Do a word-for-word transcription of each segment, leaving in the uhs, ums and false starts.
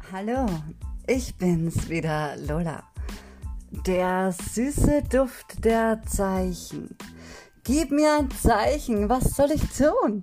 Hallo, ich bin's wieder, Lola. Der süße Duft der Zeichen. Gib mir ein Zeichen, was soll ich tun?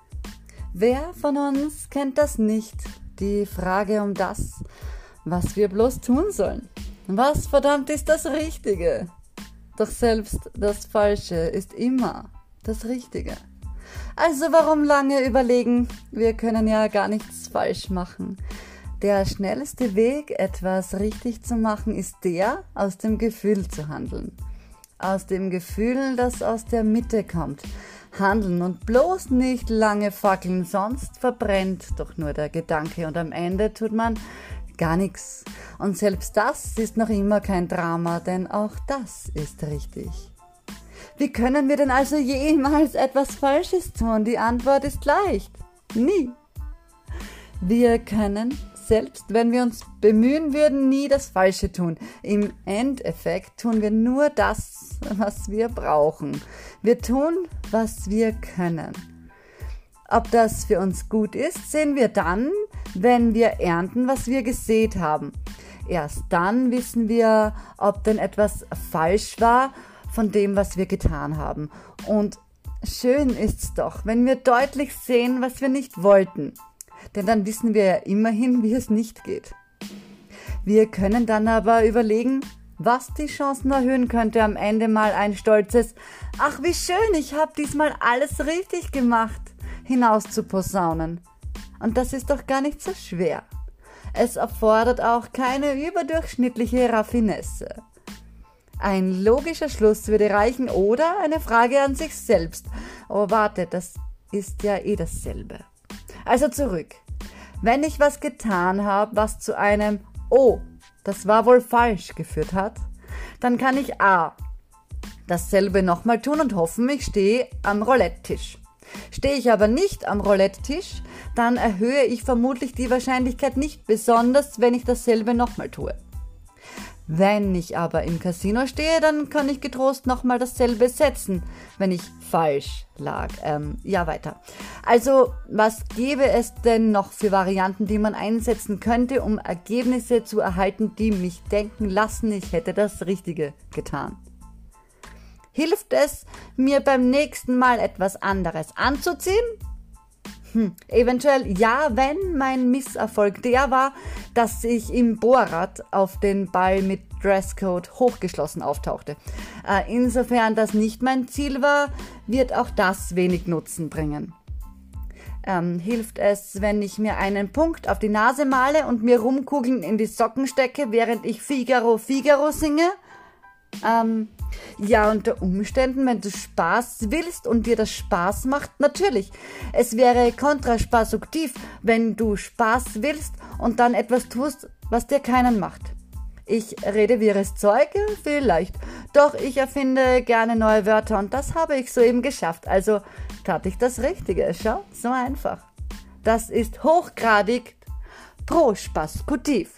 Wer von uns kennt das nicht? Die Frage um das, was wir bloß tun sollen. Was verdammt ist das Richtige? Doch selbst das Falsche ist immer das Richtige. Also warum lange überlegen? Wir können ja gar nichts falsch machen. Der schnellste Weg, etwas richtig zu machen, ist der, aus dem Gefühl zu handeln. Aus dem Gefühl, das aus der Mitte kommt. Handeln und bloß nicht lange fackeln, sonst verbrennt doch nur der Gedanke und am Ende tut man gar nichts. Und selbst das ist noch immer kein Drama, denn auch das ist richtig. Wie können wir denn also jemals etwas Falsches tun? Die Antwort ist leicht. Nie. Wir können, selbst wenn wir uns bemühen würden, nie das Falsche tun. Im Endeffekt tun wir nur das, was wir brauchen. Wir tun, was wir können. Ob das für uns gut ist, sehen wir dann, wenn wir ernten, was wir gesät haben. Erst dann wissen wir, ob denn etwas falsch war von dem, was wir getan haben. Und schön ist's doch, wenn wir deutlich sehen, was wir nicht wollten. Denn dann wissen wir ja immerhin, wie es nicht geht. Wir können dann aber überlegen, was die Chancen erhöhen könnte, am Ende mal ein stolzes »Ach, wie schön, ich habe diesmal alles richtig gemacht« hinaus zu posaunen. Und das ist doch gar nicht so schwer. Es erfordert auch keine überdurchschnittliche Raffinesse. Ein logischer Schluss würde reichen oder eine Frage an sich selbst. Oh, warte, das ist ja eh dasselbe. Also zurück. Wenn ich was getan habe, was zu einem »Oh, das war wohl falsch« geführt hat, dann kann ich a. dasselbe nochmal tun und hoffen, ich stehe am Roulette-Tisch. Stehe ich aber nicht am Roulette-Tisch, dann erhöhe ich vermutlich die Wahrscheinlichkeit nicht besonders, wenn ich dasselbe nochmal tue. Wenn ich aber im Casino stehe, dann kann ich getrost nochmal dasselbe setzen, wenn ich falsch lag. Ähm, ja, weiter. Also, was gäbe es denn noch für Varianten, die man einsetzen könnte, um Ergebnisse zu erhalten, die mich denken lassen, ich hätte das Richtige getan? Hilft es, mir beim nächsten Mal etwas anderes anzuziehen? Hm, eventuell ja, wenn mein Misserfolg der war, dass ich im Bohrrad auf den Ball mit Dresscode hochgeschlossen auftauchte. Äh, insofern das nicht mein Ziel war, wird auch das wenig Nutzen bringen. Ähm, hilft es, wenn ich mir einen Punkt auf die Nase male und mir Rumkugeln in die Socken stecke, während ich Figaro, Figaro singe? Ähm, ja, unter Umständen, wenn du Spaß willst und dir das Spaß macht, natürlich. Es wäre kontraspasuktiv, wenn du Spaß willst und dann etwas tust, was dir keinen macht. Ich rede wirres Zeug, vielleicht. Doch ich erfinde gerne neue Wörter und das habe ich soeben geschafft. Also tat ich das Richtige. Schau, so einfach. Das ist hochgradig prospaskutiv.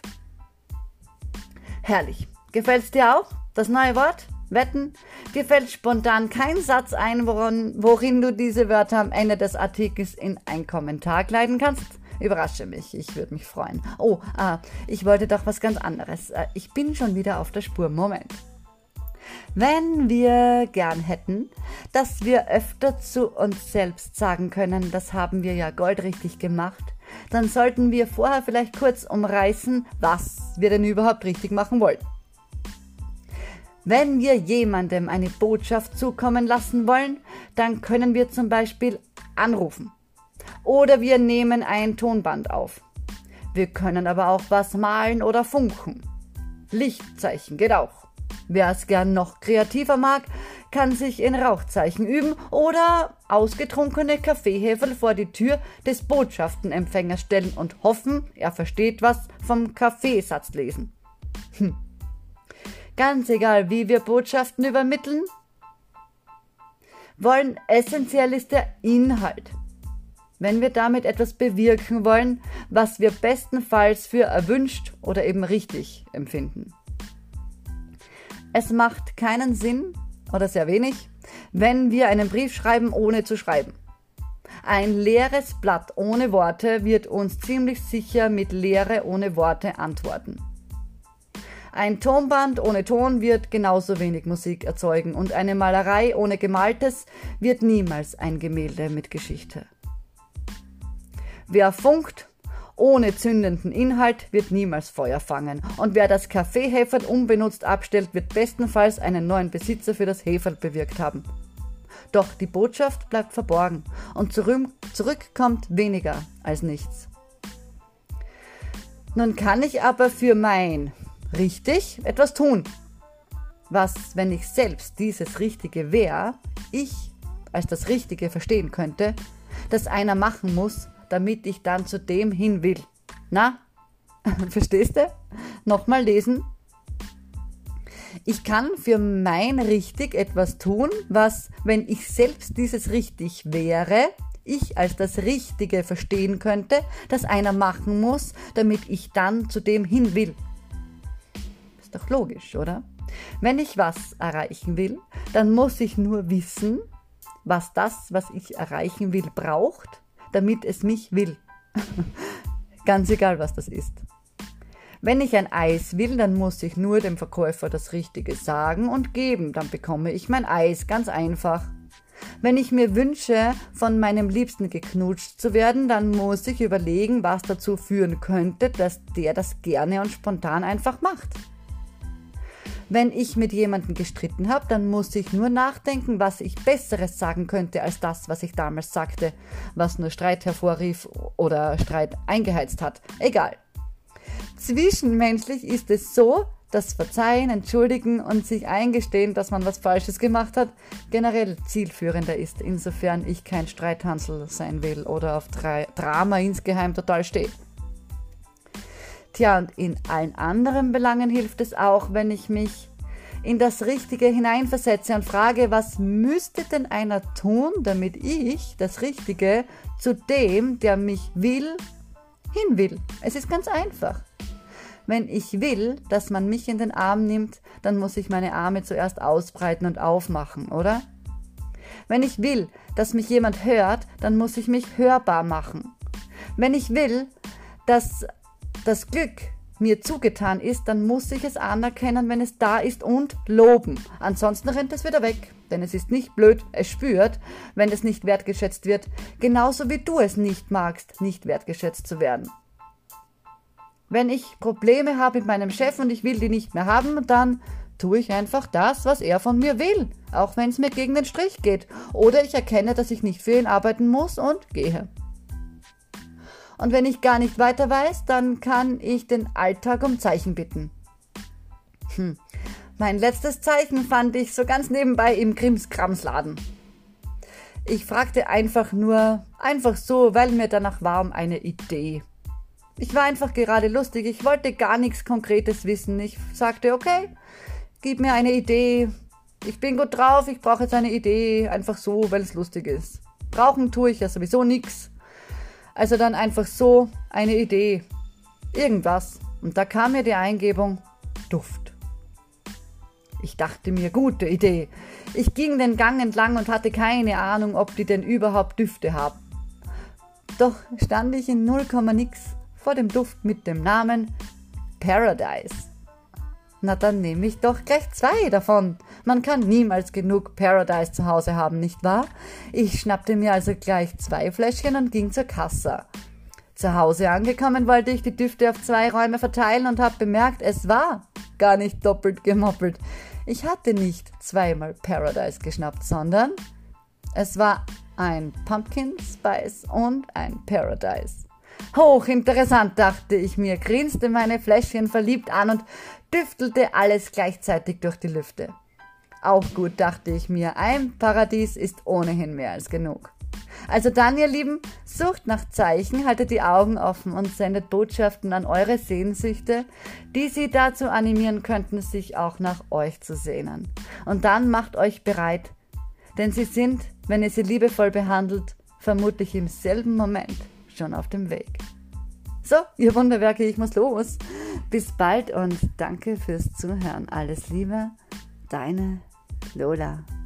Herrlich. Gefällt's dir auch? Das neue Wort? Wetten? Dir fällt spontan kein Satz ein, worin, worin du diese Wörter am Ende des Artikels in einen Kommentar kleiden kannst? Überrasche mich, ich würde mich freuen. Oh, ah, ich wollte doch was ganz anderes. Ich bin schon wieder auf der Spur. Moment. Wenn wir gern hätten, dass wir öfter zu uns selbst sagen können, das haben wir ja goldrichtig gemacht, dann sollten wir vorher vielleicht kurz umreißen, was wir denn überhaupt richtig machen wollen. Wenn wir jemandem eine Botschaft zukommen lassen wollen, dann können wir zum Beispiel anrufen. Oder wir nehmen ein Tonband auf. Wir können aber auch was malen oder funken. Lichtzeichen geht auch. Wer es gern noch kreativer mag, kann sich in Rauchzeichen üben oder ausgetrunkene Kaffeehefe vor die Tür des Botschaftenempfängers stellen und hoffen, er versteht was vom Kaffeesatz lesen. Hm. Ganz egal, wie wir Botschaften übermitteln wollen, essentiell ist der Inhalt. Wenn wir damit etwas bewirken wollen, was wir bestenfalls für erwünscht oder eben richtig empfinden. Es macht keinen Sinn, oder sehr wenig, wenn wir einen Brief schreiben, ohne zu schreiben. Ein leeres Blatt ohne Worte wird uns ziemlich sicher mit Leere ohne Worte antworten. Ein Tonband ohne Ton wird genauso wenig Musik erzeugen und eine Malerei ohne Gemaltes wird niemals ein Gemälde mit Geschichte. Wer funkt ohne zündenden Inhalt wird niemals Feuer fangen und wer das Kaffeeheferl unbenutzt abstellt, wird bestenfalls einen neuen Besitzer für das Heferl bewirkt haben. Doch die Botschaft bleibt verborgen und zurück, zurückkommt weniger als nichts. Nun kann ich aber für mein Richtig etwas tun. Was, wenn ich selbst dieses Richtige wäre, ich als das Richtige verstehen könnte, das einer machen muss, damit ich dann zu dem hin will. Na, verstehst du? Nochmal lesen. Ich kann für mein Richtig etwas tun, was, wenn ich selbst dieses Richtig wäre, ich als das Richtige verstehen könnte, das einer machen muss, damit ich dann zu dem hin will. Ist doch logisch, oder? Wenn ich was erreichen will, dann muss ich nur wissen, was das, was ich erreichen will, braucht, damit es mich will. Ganz egal, was das ist. Wenn ich ein Eis will, dann muss ich nur dem Verkäufer das Richtige sagen und geben, dann bekomme ich mein Eis, ganz einfach. Wenn ich mir wünsche, von meinem Liebsten geknutscht zu werden, dann muss ich überlegen, was dazu führen könnte, dass der das gerne und spontan einfach macht. Wenn ich mit jemandem gestritten habe, dann muss ich nur nachdenken, was ich Besseres sagen könnte als das, was ich damals sagte, was nur Streit hervorrief oder Streit eingeheizt hat. Egal. Zwischenmenschlich ist es so, dass Verzeihen, Entschuldigen und sich eingestehen, dass man was Falsches gemacht hat, generell zielführender ist, insofern ich kein Streithansel sein will oder auf Dra- Drama insgeheim total stehe. Tja, und in allen anderen Belangen hilft es auch, wenn ich mich in das Richtige hineinversetze und frage, was müsste denn einer tun, damit ich das Richtige zu dem, der mich will, hin will. Es ist ganz einfach. Wenn ich will, dass man mich in den Arm nimmt, dann muss ich meine Arme zuerst ausbreiten und aufmachen, oder? Wenn ich will, dass mich jemand hört, dann muss ich mich hörbar machen. Wenn ich will, dass das Glück mir zugetan ist, dann muss ich es anerkennen, wenn es da ist und loben. Ansonsten rennt es wieder weg, denn es ist nicht blöd, es spürt, wenn es nicht wertgeschätzt wird, genauso wie du es nicht magst, nicht wertgeschätzt zu werden. Wenn ich Probleme habe mit meinem Chef und ich will die nicht mehr haben, dann tue ich einfach das, was er von mir will, auch wenn es mir gegen den Strich geht. Oder ich erkenne, dass ich nicht für ihn arbeiten muss und gehe. Und wenn ich gar nicht weiter weiß, dann kann ich den Alltag um Zeichen bitten. Hm. Mein letztes Zeichen fand ich so ganz nebenbei im Krimskramsladen. Ich fragte einfach nur, einfach so, weil mir danach war um eine Idee. Ich war einfach gerade lustig, ich wollte gar nichts Konkretes wissen. Ich sagte, okay, gib mir eine Idee. Ich bin gut drauf, ich brauche jetzt eine Idee, einfach so, weil es lustig ist. Brauchen tue ich ja sowieso nichts. Also dann einfach so eine Idee. Irgendwas. Und da kam mir die Eingebung, Duft. Ich dachte mir, gute Idee. Ich ging den Gang entlang und hatte keine Ahnung, ob die denn überhaupt Düfte haben. Doch stand ich in null Komma nix vor dem Duft mit dem Namen Paradise. Na, dann nehme ich doch gleich zwei davon. Man kann niemals genug Paradise zu Hause haben, nicht wahr? Ich schnappte mir also gleich zwei Fläschchen und ging zur Kasse. Zu Hause angekommen, wollte ich die Düfte auf zwei Räume verteilen und habe bemerkt, es war gar nicht doppelt gemoppelt. Ich hatte nicht zweimal Paradise geschnappt, sondern es war ein Pumpkin Spice und ein Paradise. Hochinteressant, dachte ich mir, grinste meine Fläschchen verliebt an und düftelte alles gleichzeitig durch die Lüfte. Auch gut, dachte ich mir, ein Paradies ist ohnehin mehr als genug. Also dann, ihr Lieben, sucht nach Zeichen, haltet die Augen offen und sendet Botschaften an eure Sehnsüchte, die sie dazu animieren könnten, sich auch nach euch zu sehnen. Und dann macht euch bereit, denn sie sind, wenn ihr sie liebevoll behandelt, vermutlich im selben Moment schon auf dem Weg. So, ihr Wunderwerke, ich muss los. Bis bald und danke fürs Zuhören. Alles Liebe, deine Lola.